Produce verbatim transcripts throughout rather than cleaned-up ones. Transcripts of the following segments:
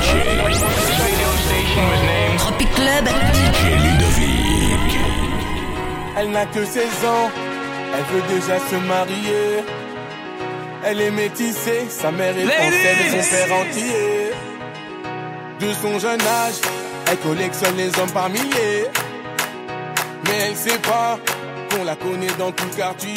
Tropic Club. D J Ludovic. Elle n'a que seize ans, elle veut déjà se marier. Elle est métissée, sa mère est française et son père entier. De son jeune âge, elle collectionne les hommes par milliers. Mais elle sait pas qu'on la connaît dans tout le quartier.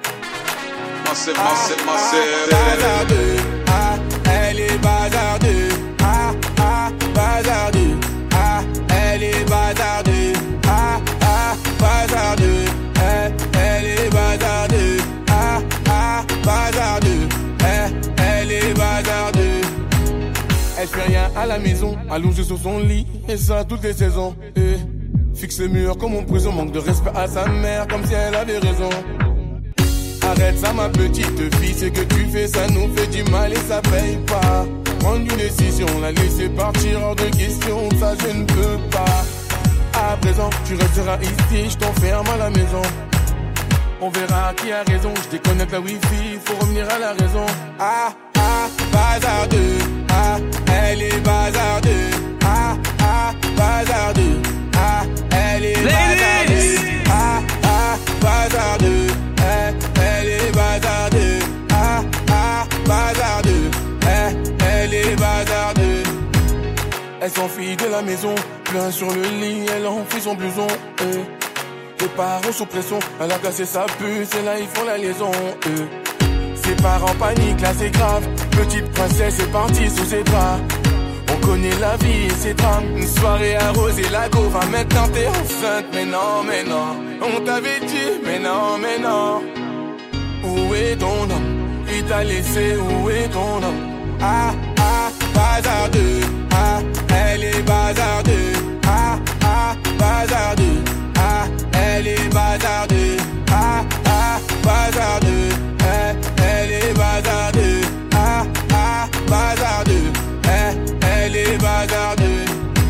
Massé, ah, massé, massé. Ah, bazardeux, ah, elle est bazardeux. Ah, ah, bazardeux. Ah, elle est bazardeux. Ah, ah, bazardeux. Elle, elle est bazardeux. Ah, ah, bazardeux. Elle, elle est bazardeux. Elle fait rien à la maison, allongée sur son lit, et ça toutes les saisons. Et fixe le mur comme en prison, manque de respect à sa mère, comme si elle avait raison. Arrête ça ma petite fille, ce que tu fais ça nous fait du mal et ça paye pas. Prendre une décision, la laisser partir hors de question, ça je ne peux pas. À présent, tu resteras ici, je t'enferme à la maison. On verra qui a raison, je déconnecte la wifi, faut revenir à la raison. Ah, ah, bazardeux, ah, elle est bazardeux. Ah, ah, bazardeux, ah, elle est bazardeux. Ah, ah, bazardeux, elle, elle est bazardeux. Ah, ah, bazardeux, elle, elle est bazardeux. Elle s'enfuit de la maison, plein sur le lit, elle enfuit son blouson. Euh. Les parents sous pression, elle a cassé sa puce et là ils font la liaison. Euh. Ses parents paniquent, là c'est grave. Petite princesse est partie sous ses bras. On connaît la vie et ses drames. Une soirée arrosée, la go va maintenant t'es enceinte. Mais non, mais non, on t'avait dit, mais non, mais non. Où est ton homme? Il t'a laissé, où est ton homme? Ah, ah, bazardeux. Ah, elle est bazardeux. Ah, ah, bazardeux. Ah, elle est bazardeux. Ah, ah, bazardeux. Elle, elle est bazardeux. Ah, ah, bazardeux. Elle, elle est bazardeux.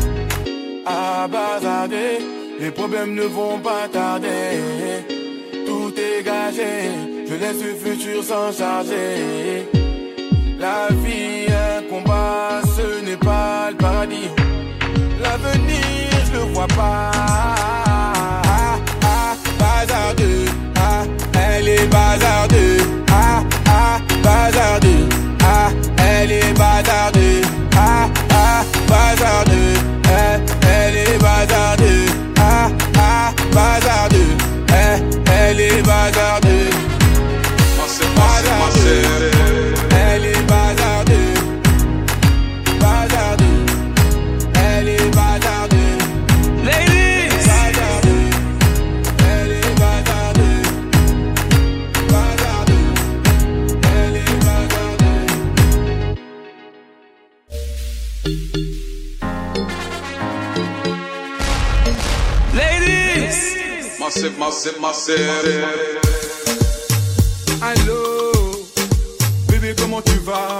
Ah, bazardeux. Les problèmes ne vont pas tarder. Tout est gagé. Je laisse le futur s'en charger. La vie est un combat, ce n'est pas le paradis. L'avenir, je le vois pas. Ah, ah, bazardeux. Ah, elle est bazardeux. Ah, ah, bazardeux. Ah, elle est bazardeux. Ah, ah, bazardeux. Elle, elle est bazardeux. Ah, ah, bazardeux. Elle, elle est bazardeux. Massé, massé, massé. Elle est bazardeux. Bazardeux. Elle est bazardeux. Ladies! Bazardeux. Elle est bazardeux. Bazardeux. Elle est bazardeux. Ladies! Massé, massé, massé. Allô, bébé, comment tu vas?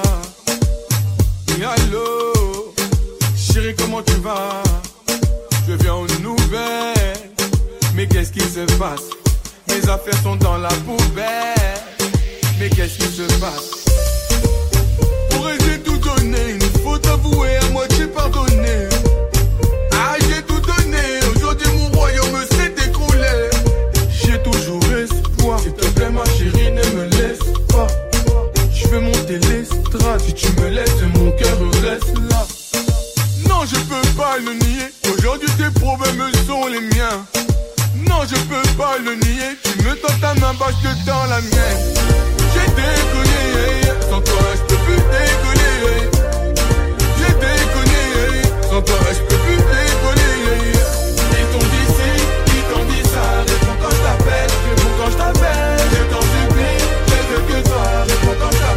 Allô, chérie, comment tu vas? Je viens aux nouvelles, mais qu'est-ce qui se passe? Mes affaires sont dans la poubelle, mais qu'est-ce qui se passe? Pourrais-je tout donner? Une faute avouée, à moitié pardonnée. Ah, j'ai tout donné, aujourd'hui mon royaume s'est écroulé. J'ai toujours espoir, s'il te plaît ma chérie, ne me laisse pas. Je vais monter l'estrade, si tu me laisses, mon cœur reste là. Non, je peux pas le nier, aujourd'hui tes problèmes sont les miens. Non, je peux pas le nier, tu me tends ta main, bah je te tends la mienne. J'ai déconné, sans toi je peux plus déconner. J'ai déconné, sans toi je peux plus déconner. Ils t'ont dit ci, ils t'ont dit ça, réponds quand je t'appelle, réponds quand je t'appelle. Je t'en supplie, j'ai veux que toi, réponds quand je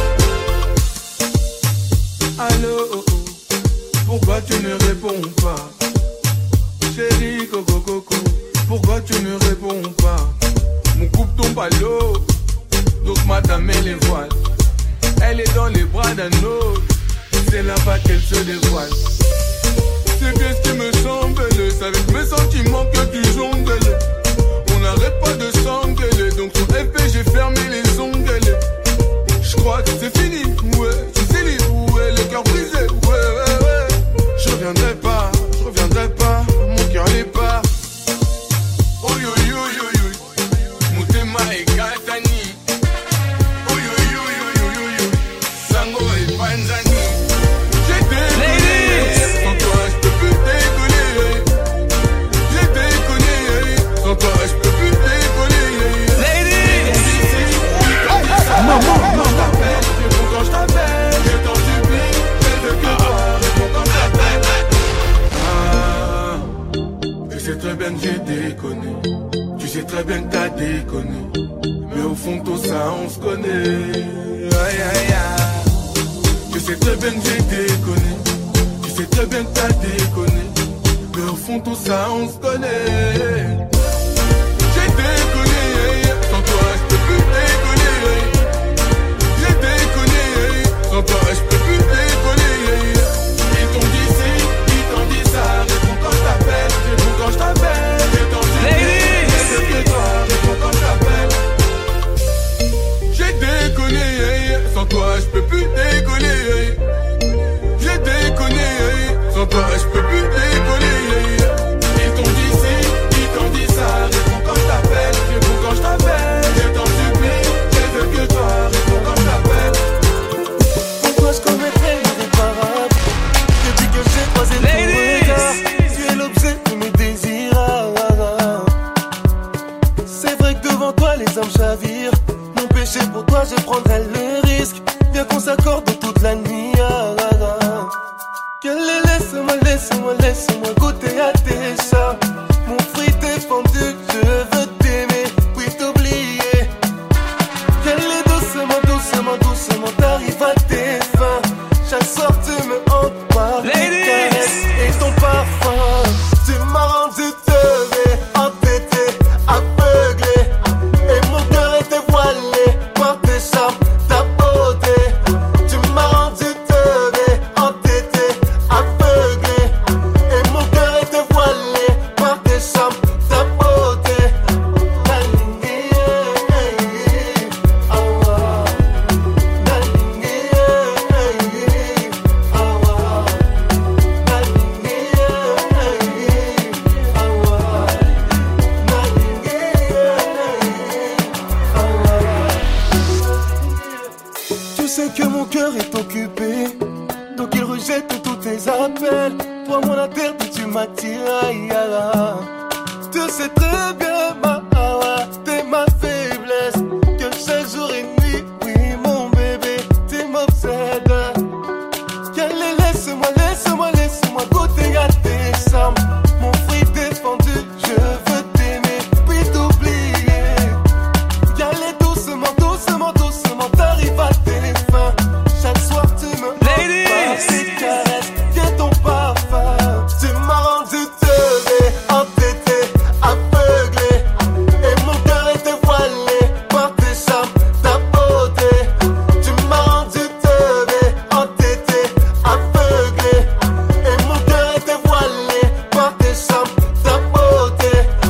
t'appelle. Allô, oh, oh, pourquoi tu ne réponds pas? Chérie, coco, coco, pourquoi tu ne réponds pas? Mon couple tombe à l'eau, donc madame elle les voiles. Elle est dans les bras d'un autre, c'est là-bas qu'elle se dévoile. C'est bien ce qui me semble, c'est avec mes sentiments que tu jongles. On n'arrête pas de s'engueuler, donc sur F P j'ai fermé les ongles. Je crois que c'est fini, ouais, tu sais les ouais, le cœur brisé, ouais, ouais, ouais. sais très bien que j'ai déconné. Tu sais très bien que t'as déconné. Mais au fond tout ça on se connaît. J'ai déconné, sans toi je peux plus déconner. J'ai déconné, sans toi je peux plus déconner. Ils t'ont dit ci, ils t'ont dit ça. Réponds quand je t'appelle, réponds quand je t'appelle. J'ai tendu que toi, réponds quand je t'appelle. J'ai déconné, sans toi je peux plus déconner. J'ai déconné, sans toi je peux plus déconner. Ils t'ont dit ci, ils t'ont dit ça. Réponds quand je t'appelle, réponds quand je t'appelle. Je t'en supplie, j'ai veux que toi. Réponds quand je t'appelle. Pour toi je commettrais l'irréparable. Depuis que j'ai croisé ton regard, tu es l'objet de mes désirs. C'est vrai que devant toi les hommes chavirent. Mon péché pour toi je prendrai le risque. Bien qu'on s'accorde toute la nuit. Qu'elle est, laisse-moi, laisse-moi, laisse-moi goûter à tes chats. Mon fruit défendu, je veux t'aimer, puis t'oublier. Qu'elle est doucement, doucement, doucement, t'arrives à tes fins. Chaque soir tu me hantes par tes caresses et ton parfum. Tu m'as rendu teubé, entêté, aveuglé. Et mon cœur était voilé par tes charmes, ta beauté. Tu m'as rendu teubé, entêté, aveuglé. Et mon cœur était voilé par tes charmes, ta beauté. Tu sais que mon cœur est occupé, donc il rejette tous tes appels. Toi mon interdit, tu m'attires, aïe, aïe. Tu sais très bien, ma awa, t'es ma faiblesse. Que chaque jour et nuit, oui mon bébé, tu m'obsèdes. Qu'elle est, laisse-moi, laisse-moi, laisse-moi goûter à tes charmes. Mon fruit défendu, je veux t'aimer, puis t'oublier. Qu'elle est doucement, doucement, doucement, t'arrives à tes fins. Chaque soir tu me hantes par tes caresses et ton parfum. Tu m'as rendu teubé, entêté, aveuglé. Et mon cœur était voilé par tes charmes, ta beauté. Tu m'as rendu teubé, entêté, aveuglé. Et mon cœur était voilé par tes charmes, ta beauté.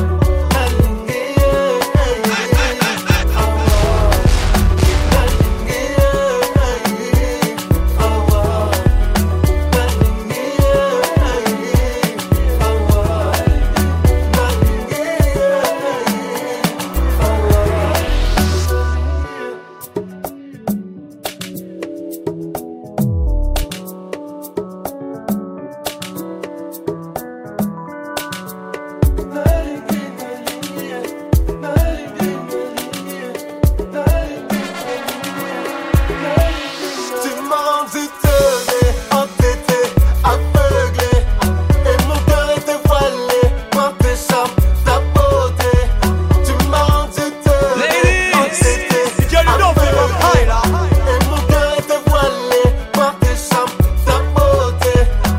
Tu m'as rendu teubé, entêté, aveuglé. Et mon cœur était voilé par tes charmes, ta beauté. Tu m'as rendu teubé, entêté, aveuglé. Et mon cœur était voilé par tes charmes, ta beauté.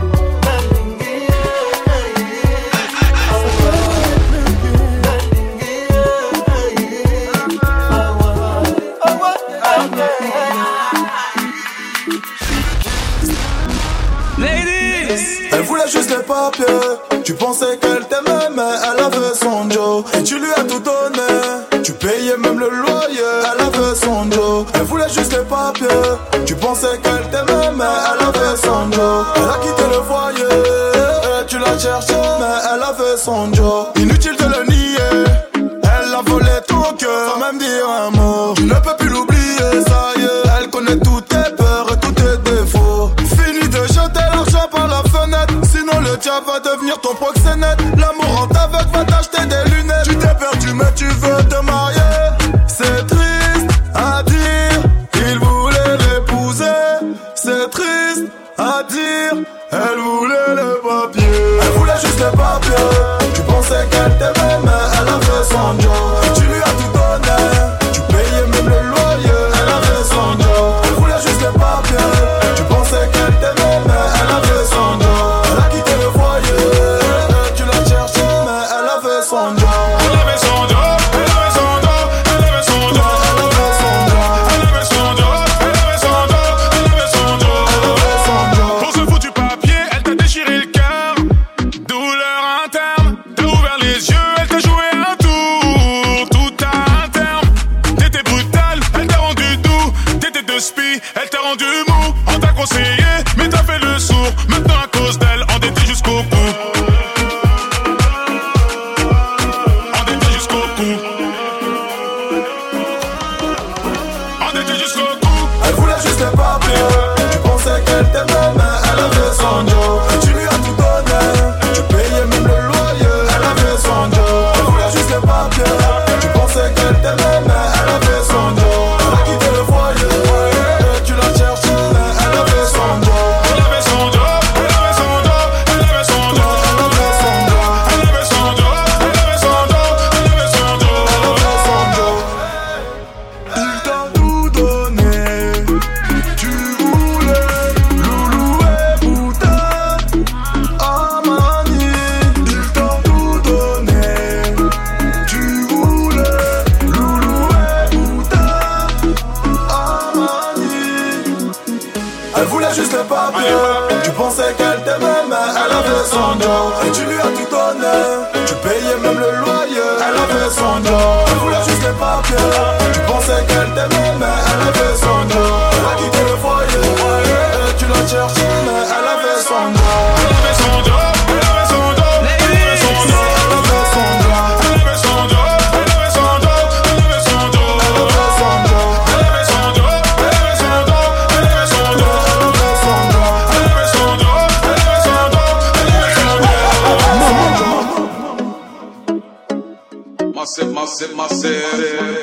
Ladies, Elle voulait juste les papiers. Tu pensais qu'elle t'aimait, mais elle avait son Joe. Et tu lui as tout donné. Tu payais même le loyer. Elle avait son Joe. Elle voulait juste les papiers. Tu pensais qu'elle t'aimait, mais elle avait son Joe. Elle a quitté le foyer. Et tu l'as cherché, mais elle avait son Joe. Inutile de le nier. Elle a volé ton cœur sans même dire un mot. Tu ne peux plus l'oublier, ça y est. Elle connaît toutes tes peurs et tous tes défauts. Fini de jeter l'argent par la fenêtre. Sinon le diable va devenir ton proxénète. L'amour en t'aveugle va t'acheter des lunettes. Tu t'es perdu mais tu veux te marier. C'est triste à dire, il voulait l'épouser. C'est triste à dire, elle voulait le papier. Elle voulait juste le papier. Tu pensais qu'elle t'aimait mais elle avait son Joe. Tu lui as tout donné. Tu payais même le loyer. Elle avait son Joe. Elle voulait juste le papier. Tu pensais Elle t'a rendu mou, on t'a conseillé, mais t'as fait le sourd. Maintenant à cause d'elle, endetté jusqu'au cou. Endetté jusqu'au cou. Endetté jusqu'au cou. Elle voulait juste les papiers. Tu pensais qu'elle t'aimait, mais elle avait son Joe. Tu lui as tout donné, tu payais même le loyer. Elle avait son Joe. Elle voulait juste les papiers. Tu pensais qu'elle t'aimait, mais elle avait son Joe. Elle a quitté le foyer, et tu l'as cherché, mais elle avait son Joe. Elle avait son Joe, elle avait son Joe, elle avait son Joe. Elle avait son Joe, elle avait son Joe, elle avait son Joe, elle avait son Joe. Il t'a tout donné. Tu voulais loulou et boutin. Amani. Il t'a tout donné. Tu voulais loulou et boutin. Amani. Elle voulait juste les papiers. Tu pensais qu'elle t'aimait, mais elle avait son Joe. Et tu lui as tout donné. Tu payais même le loyer. Elle avait son Joe. Elle voulait juste les papiers. Tu pensais qu'elle t'aimait, mais elle avait son Joe. Elle a quitté le foyer. Et tu l'as cherché, mais elle avait son Joe. Elle avait son Joe, elle avait son Joe, elle avait son Joe. Elle avait son Joe. Elle avait son Joe, elle avait son Joe, elle avait son Joe. Elle avait son Joe. Elle avait son Joe, elle avait son Joe, elle avait son Joe. Elle avait son Joe. Elle avait son Joe, elle avait son Joe, elle avait son Joe. Massive, massive, massive.